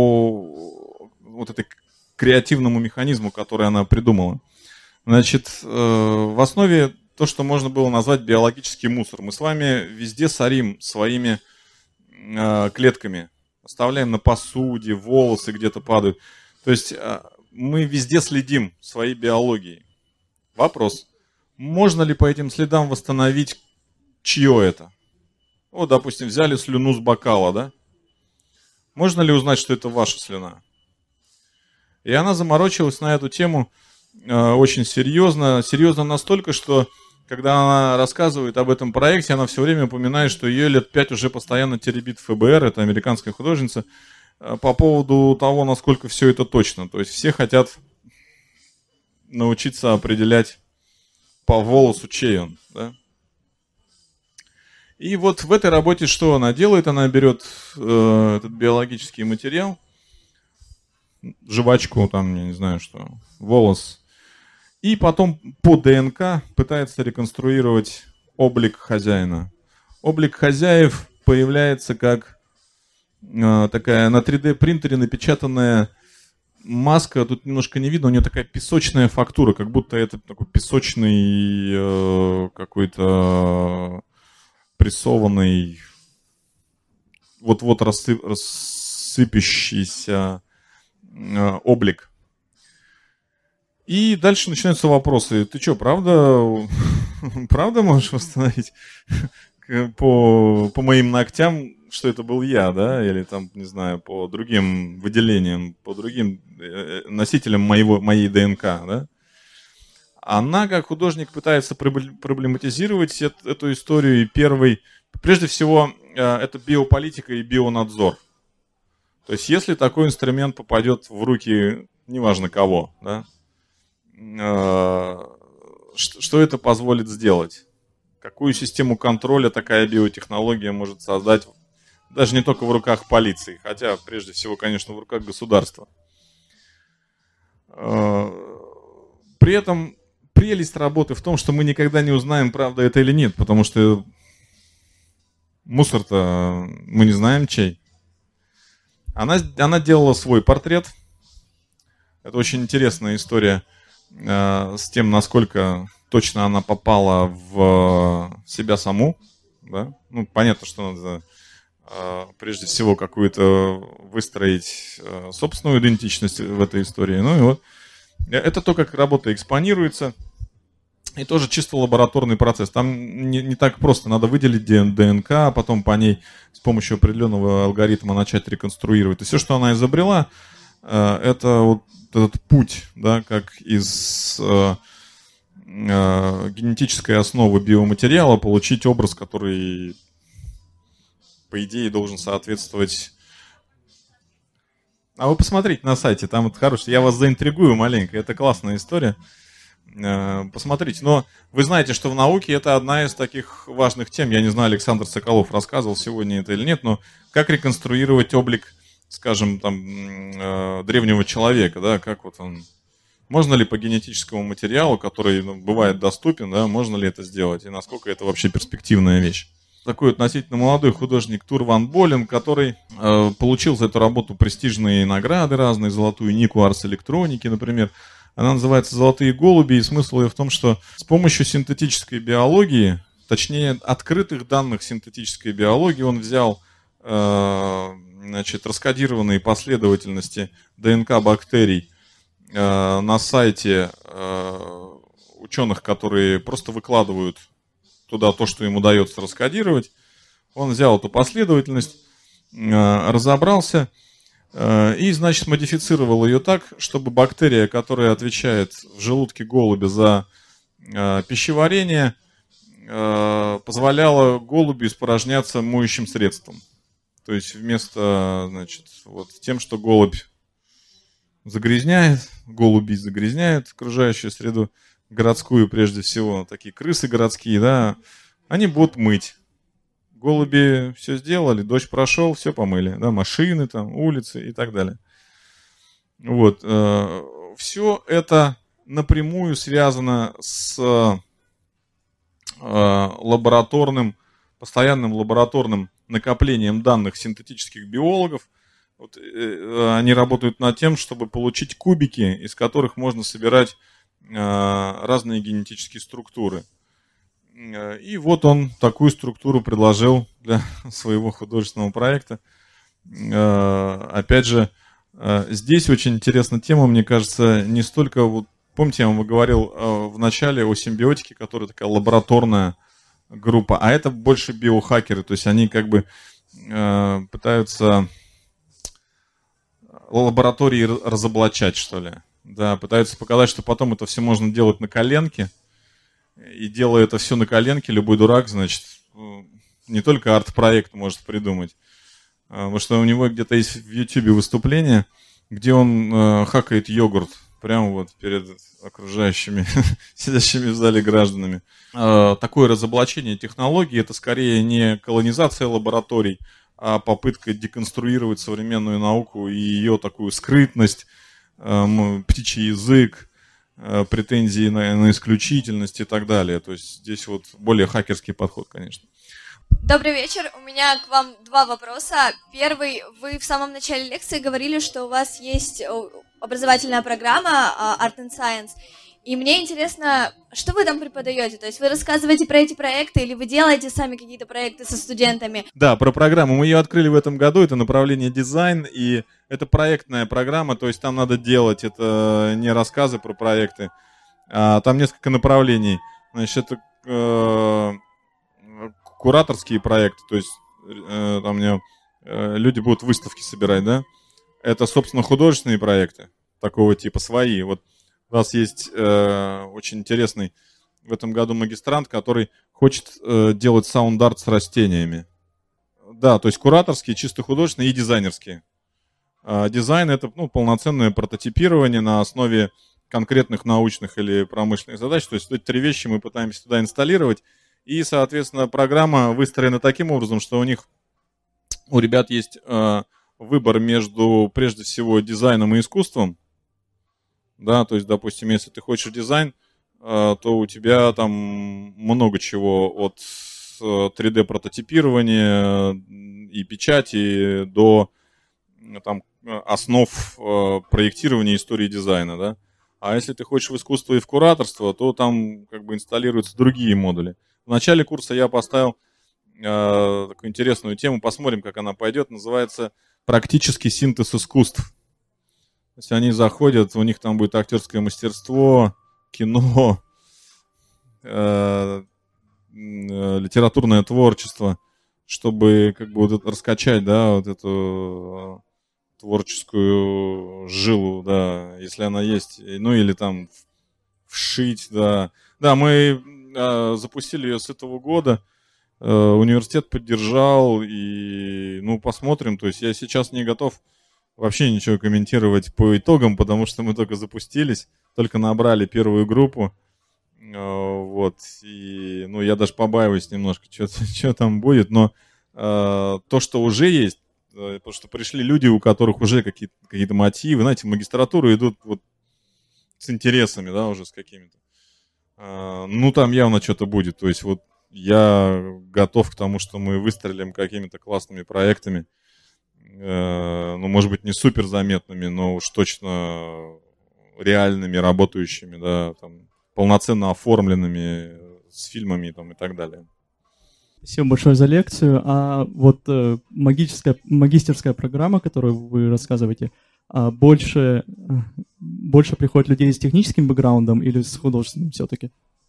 по вот этой креативному механизму, который она придумала. Значит, э, в основе то, что можно было назвать биологический мусор. Мы с вами везде сорим своими э, клетками. Оставляем на посуде, волосы где-то падают. То есть э, мы везде следим своей биологией. Вопрос. Можно ли по этим следам восстановить, чье это? Вот, допустим, взяли слюну с бокала, да? Можно ли узнать, что это ваша слюна? И она заморочилась на эту тему э, очень серьезно. Серьезно настолько, что когда она рассказывает об этом проекте, она все время упоминает, что ее лет пять уже постоянно теребит эф бэ эр, это американская художница, э, по поводу того, насколько все это точно. То есть все хотят научиться определять по волосу, чей он, да? И вот в этой работе что она делает? Она берет э, этот биологический материал, жвачку, там, я не знаю что, волос, и потом по дэ эн ка пытается реконструировать облик хозяина. Облик хозяев появляется как э, такая на три дэ принтере напечатанная маска. Тут немножко не видно, у нее такая песочная фактура, как будто это такой песочный э, какой-то прессованный вот-вот рассып, рассыпящийся э, облик. И дальше начинаются вопросы. Ты что, правда, правда можешь восстановить по, по моим ногтям, что это был я, да? Или там, не знаю, по другим выделениям, по другим носителям моего, моей ДНК, да? Она, как художник, пытается проблематизировать эту историю. И первый, прежде всего, это биополитика и бионадзор. То есть, если такой инструмент попадет в руки, неважно кого, да, что это позволит сделать? Какую систему контроля такая биотехнология может создать, даже не только в руках полиции, хотя, прежде всего, конечно, в руках государства. При этом прелесть работы в том, что мы никогда не узнаем, правда это или нет, потому что мусор-то мы не знаем чей. Она, она делала свой портрет. Это очень интересная история э, с тем, насколько точно она попала в себя саму. Да? Ну, понятно, что надо э, прежде всего какую-то выстроить э, собственную идентичность в этой истории. Ну и вот это то, как работа экспонируется. И тоже чисто лабораторный процесс. Там не, не так просто. Надо выделить ДНК, а потом по ней с помощью определенного алгоритма начать реконструировать. И все, что она изобрела, это вот этот путь, да, как из э, э, генетической основы биоматериала получить образ, который, по идее, должен соответствовать. А вы посмотрите на сайте, там это хороший. Я вас заинтригую маленько. Это классная история. Посмотрите, но вы знаете, что в науке это одна из таких важных тем. Я не знаю, Александр Соколов рассказывал сегодня это или нет, но как реконструировать облик, скажем, там, древнего человека, да, как вот он, можно ли по генетическому материалу, который, ну, бывает доступен, да, можно ли это сделать, и насколько это вообще перспективная вещь. Такой относительно молодой художник Тур Ван Болен, который э, получил за эту работу престижные награды разные, золотую Нику Арс Электроники, например. Она называется «Золотые голуби», и смысл ее в том, что с помощью синтетической биологии, точнее открытых данных синтетической биологии, он взял э, значит, раскодированные последовательности ДНК бактерий э, на сайте э, ученых, которые просто выкладывают туда то, что им удается раскодировать. Он взял эту последовательность, э, разобрался, и, значит, модифицировал ее так, чтобы бактерия, которая отвечает в желудке голубя за э, пищеварение, э, позволяла голубю испорожняться моющим средством. То есть вместо, значит, вот тем, что голубь загрязняет, голуби загрязняют окружающую среду, городскую прежде всего, такие крысы городские, да, они будут мыть. Голуби все сделали, дождь прошел, все помыли, да, машины, там, улицы и так далее. Вот, э, все это напрямую связано с э, лабораторным, постоянным лабораторным накоплением данных синтетических биологов. Вот, э, они работают над тем, чтобы получить кубики, из которых можно собирать э, разные генетические структуры. И вот он такую структуру предложил для своего художественного проекта. Опять же, здесь очень интересная тема, мне кажется, не столько, вот, помните, я вам говорил в начале о симбиотике, которая такая лабораторная группа, а это больше биохакеры, то есть они как бы пытаются лаборатории разоблачать, что ли. Да, пытаются показать, что потом это все можно делать на коленке. И делая это все на коленке, любой дурак, значит, не только арт-проект может придумать. Потому что у него где-то есть в Ютубе выступление, где он э, хакает йогурт прямо вот перед окружающими, сидящими в зале гражданами. Э, такое разоблачение технологий — это скорее не колонизация лабораторий, а попытка деконструировать современную науку и ее такую скрытность, э, птичий язык, претензии на, на исключительность и так далее. То есть здесь вот более хакерский подход, конечно. Добрый вечер. У меня к вам два вопроса. Первый. Вы в самом начале лекции говорили, что у вас есть образовательная программа Art and Science. И мне интересно, что вы там преподаете? То есть вы рассказываете про эти проекты или вы делаете сами какие-то проекты со студентами? Да, про программу. Мы ее открыли в этом году. Это направление дизайн, и это проектная программа, то есть там надо делать. Это не рассказы про проекты, а там несколько направлений. Значит, это э, кураторские проекты, то есть э, там мне э, люди будут выставки собирать, да? Это, собственно, художественные проекты такого типа, свои. Вот у нас есть э, очень интересный в этом году магистрант, который хочет э, делать саунд-арт с растениями. Да, то есть кураторские, чисто художественные и дизайнерские. А дизайн — это, ну, полноценное прототипирование на основе конкретных научных или промышленных задач. То есть эти три вещи мы пытаемся туда инсталлировать. И, соответственно, программа выстроена таким образом, что у них, у ребят есть э, выбор между, прежде всего, дизайном и искусством. Да, то есть, допустим, если ты хочешь дизайн, то у тебя там много чего, от три дэ прототипирования и печати до там основ проектирования истории дизайна, да. А если ты хочешь в искусство и в кураторство, то там как бы инсталируются другие модули. В начале курса я поставил э, такую интересную тему, посмотрим, как она пойдет, называется «Практический синтез искусств». То есть они заходят, у них там будет актерское мастерство, кино, э, э, литературное творчество, чтобы как бы вот это, раскачать, да, вот эту э, творческую жилу, да, если она есть, ну или там вшить, да. Да, мы э, запустили ее с этого года, э, университет поддержал, и, ну, посмотрим, то есть я сейчас не готов вообще ничего комментировать по итогам, потому что мы только запустились, только набрали первую группу, вот, и, ну, я даже побаиваюсь немножко, что там будет, но э, то, что уже есть, э, потому что пришли люди, у которых уже какие-то какие-то мотивы, знаете, в магистратуру идут вот с интересами, да, уже с какими-то, э, ну, там явно что-то будет, то есть вот я готов к тому, что мы выстрелим какими-то классными проектами, ну, может быть, не супер заметными, но уж точно реальными, работающими, да, там, полноценно оформленными, с фильмами там, и так далее. Спасибо большое за лекцию. А вот э, магическая, магистерская программа, которую вы рассказываете, а больше, больше приходят людей с техническим бэкграундом или с художественным все-таки?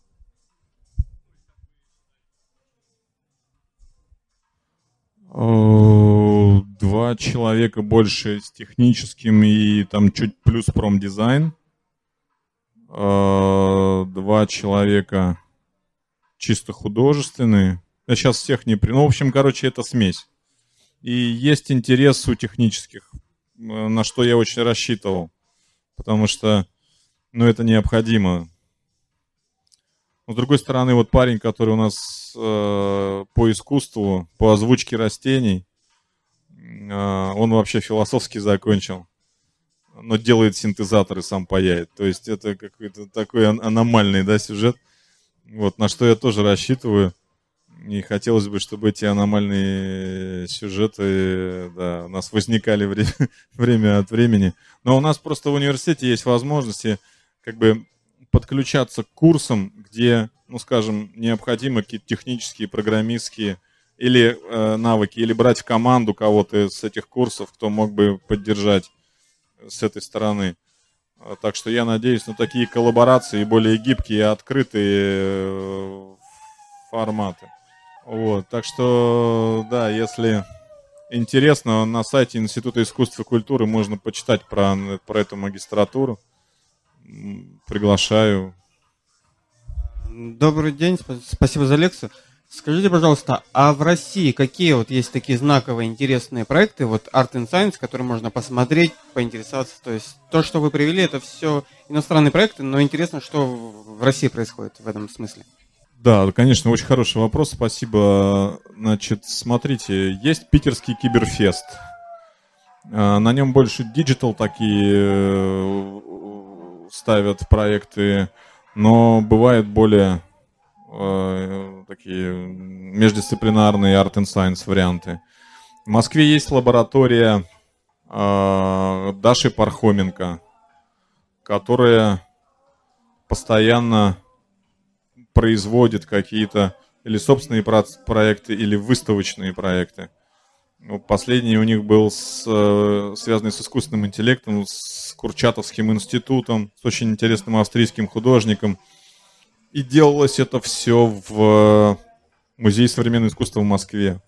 Два человека больше с техническим и там чуть плюс промдизайн. Два человека чисто художественные. Я сейчас всех не при... Ну, в общем, короче, это смесь. И есть интерес у технических, на что я очень рассчитывал. Потому что, ну, это необходимо. Но, с другой стороны, вот парень, который у нас э, по искусству, по озвучке растений, э, он вообще философски закончил, но делает синтезаторы, сам паяет. То есть это какой-то такой аномальный, да, сюжет, вот, на что я тоже рассчитываю. И хотелось бы, чтобы эти аномальные сюжеты, да, у нас возникали время, время от времени. Но у нас просто в университете есть возможности как бы подключаться к курсам, где, ну, скажем, необходимы какие-то технические, программистские или э, навыки, или брать в команду кого-то с этих курсов, кто мог бы поддержать с этой стороны. Так что я надеюсь на такие коллаборации, более гибкие и открытые э, форматы. Вот, так что, да, если интересно, на сайте Института искусств и культуры можно почитать про, про эту магистратуру. Приглашаю. Добрый день, спасибо за лекцию. Скажите, пожалуйста, а в России какие вот есть такие знаковые интересные проекты, вот Art and Science, которые можно посмотреть, поинтересоваться? То есть то, что вы привели, это все иностранные проекты, но интересно, что в России происходит в этом смысле. Да, конечно, очень хороший вопрос, спасибо. Значит, смотрите, есть питерский киберфест. На нем больше диджитал такие ставят проекты, но бывают более э, такие междисциплинарные Art and Science варианты. В Москве есть лаборатория э, Даши Пархоменко, которая постоянно производит какие-то или собственные про- проекты, или выставочные проекты. Ну, последний у них был с, связанный с искусственным интеллектом, с Курчатовским институтом, с очень интересным австрийским художником. И делалось это все в Музее современного искусства в Москве.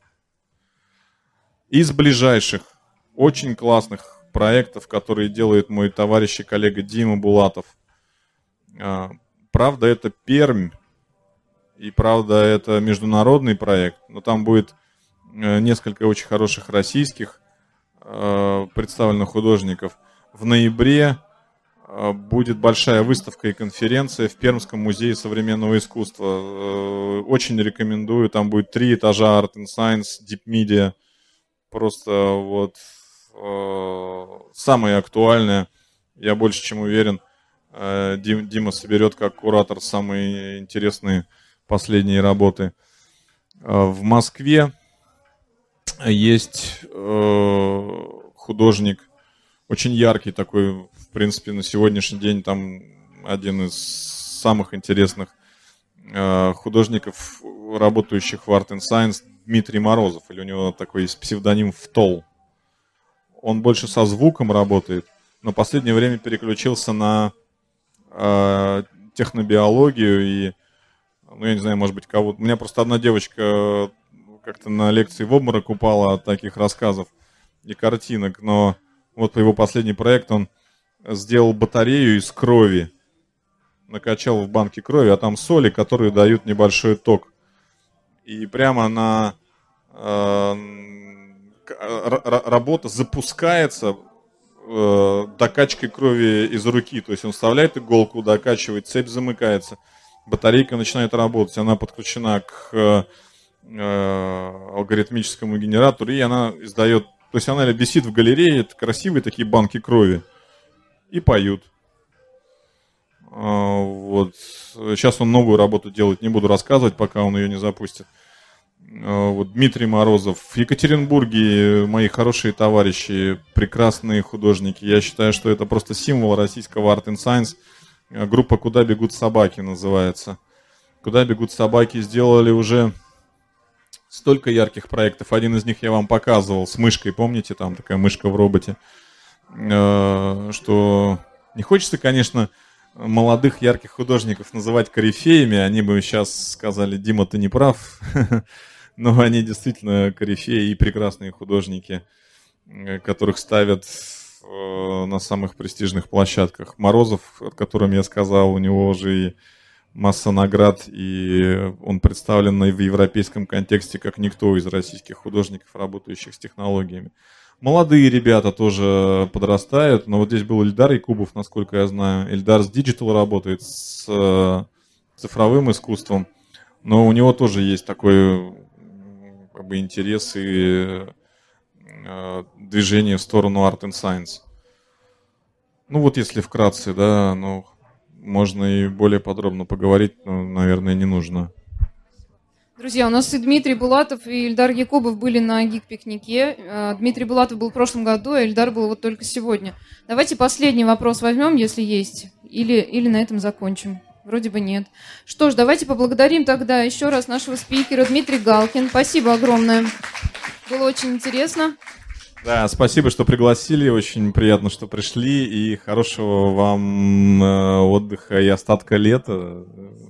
Из ближайших, очень классных проектов, которые делает мой товарищ и коллега Дима Булатов. Правда, это Пермь, и правда, это международный проект, но там будет несколько очень хороших российских представленных художников. В ноябре будет большая выставка и конференция в Пермском музее современного искусства. Очень рекомендую. Там будет три этажа Art and Science, Deep Media. Просто вот самое актуальное. Я больше чем уверен, Дима соберет как куратор самые интересные последние работы. В Москве есть художник, очень яркий такой, в принципе, на сегодняшний день там один из самых интересных художников, работающих в Art and Science, Дмитрий Морозов, или у него такой есть псевдоним ВТОЛ. Он больше со звуком работает, но в последнее время переключился на э, технобиологию и, ну, я не знаю, может быть, кого. У меня просто одна девочка как-то на лекции в обморок упала от таких рассказов и картинок, но вот по его последний проект он сделал батарею из крови, накачал в банке крови, а там соли, которые дают небольшой ток. И прямо на э, работа запускается э, докачкой крови из руки. То есть он вставляет иголку, докачивает, цепь замыкается, батарейка начинает работать, она подключена к э, алгоритмическому генератору, и она издает. То есть она висит в галерее, это красивые такие банки крови, и поют. Вот. Сейчас он новую работу делает, не буду рассказывать, пока он ее не запустит. Вот. Дмитрий Морозов. В Екатеринбурге мои хорошие товарищи, прекрасные художники. Я считаю, что это просто символ российского Art and Science. Группа «Куда бегут собаки» называется. «Куда бегут собаки» сделали уже столько ярких проектов. Один из них я вам показывал с мышкой, помните, там такая мышка в роботе. Что не хочется, конечно, молодых ярких художников называть корифеями. Они бы сейчас сказали: Дима, ты не прав. Но они действительно корифеи и прекрасные художники, которых ставят на самых престижных площадках. Морозов, о котором я сказал, у него уже и масса наград, и он представлен в европейском контексте как никто из российских художников, работающих с технологиями. Молодые ребята тоже подрастают, но вот здесь был Ильдар Якубов, насколько я знаю. Ильдар с Digital работает, с цифровым искусством, но у него тоже есть такой как бы интерес и э, движение в сторону Art and Science. Ну вот если вкратце, да, ну можно и более подробно поговорить, но, наверное, не нужно. Друзья, у нас и Дмитрий Булатов, и Ильдар Якубов были на гик-пикнике. Дмитрий Булатов был в прошлом году, а Ильдар был вот только сегодня. Давайте последний вопрос возьмем, если есть, или, или на этом закончим. Вроде бы нет. Что ж, давайте поблагодарим тогда еще раз нашего спикера Дмитрий Галкин. Спасибо огромное. Было очень интересно. Да, спасибо, что пригласили. Очень приятно, что пришли. И хорошего вам отдыха и остатка лета.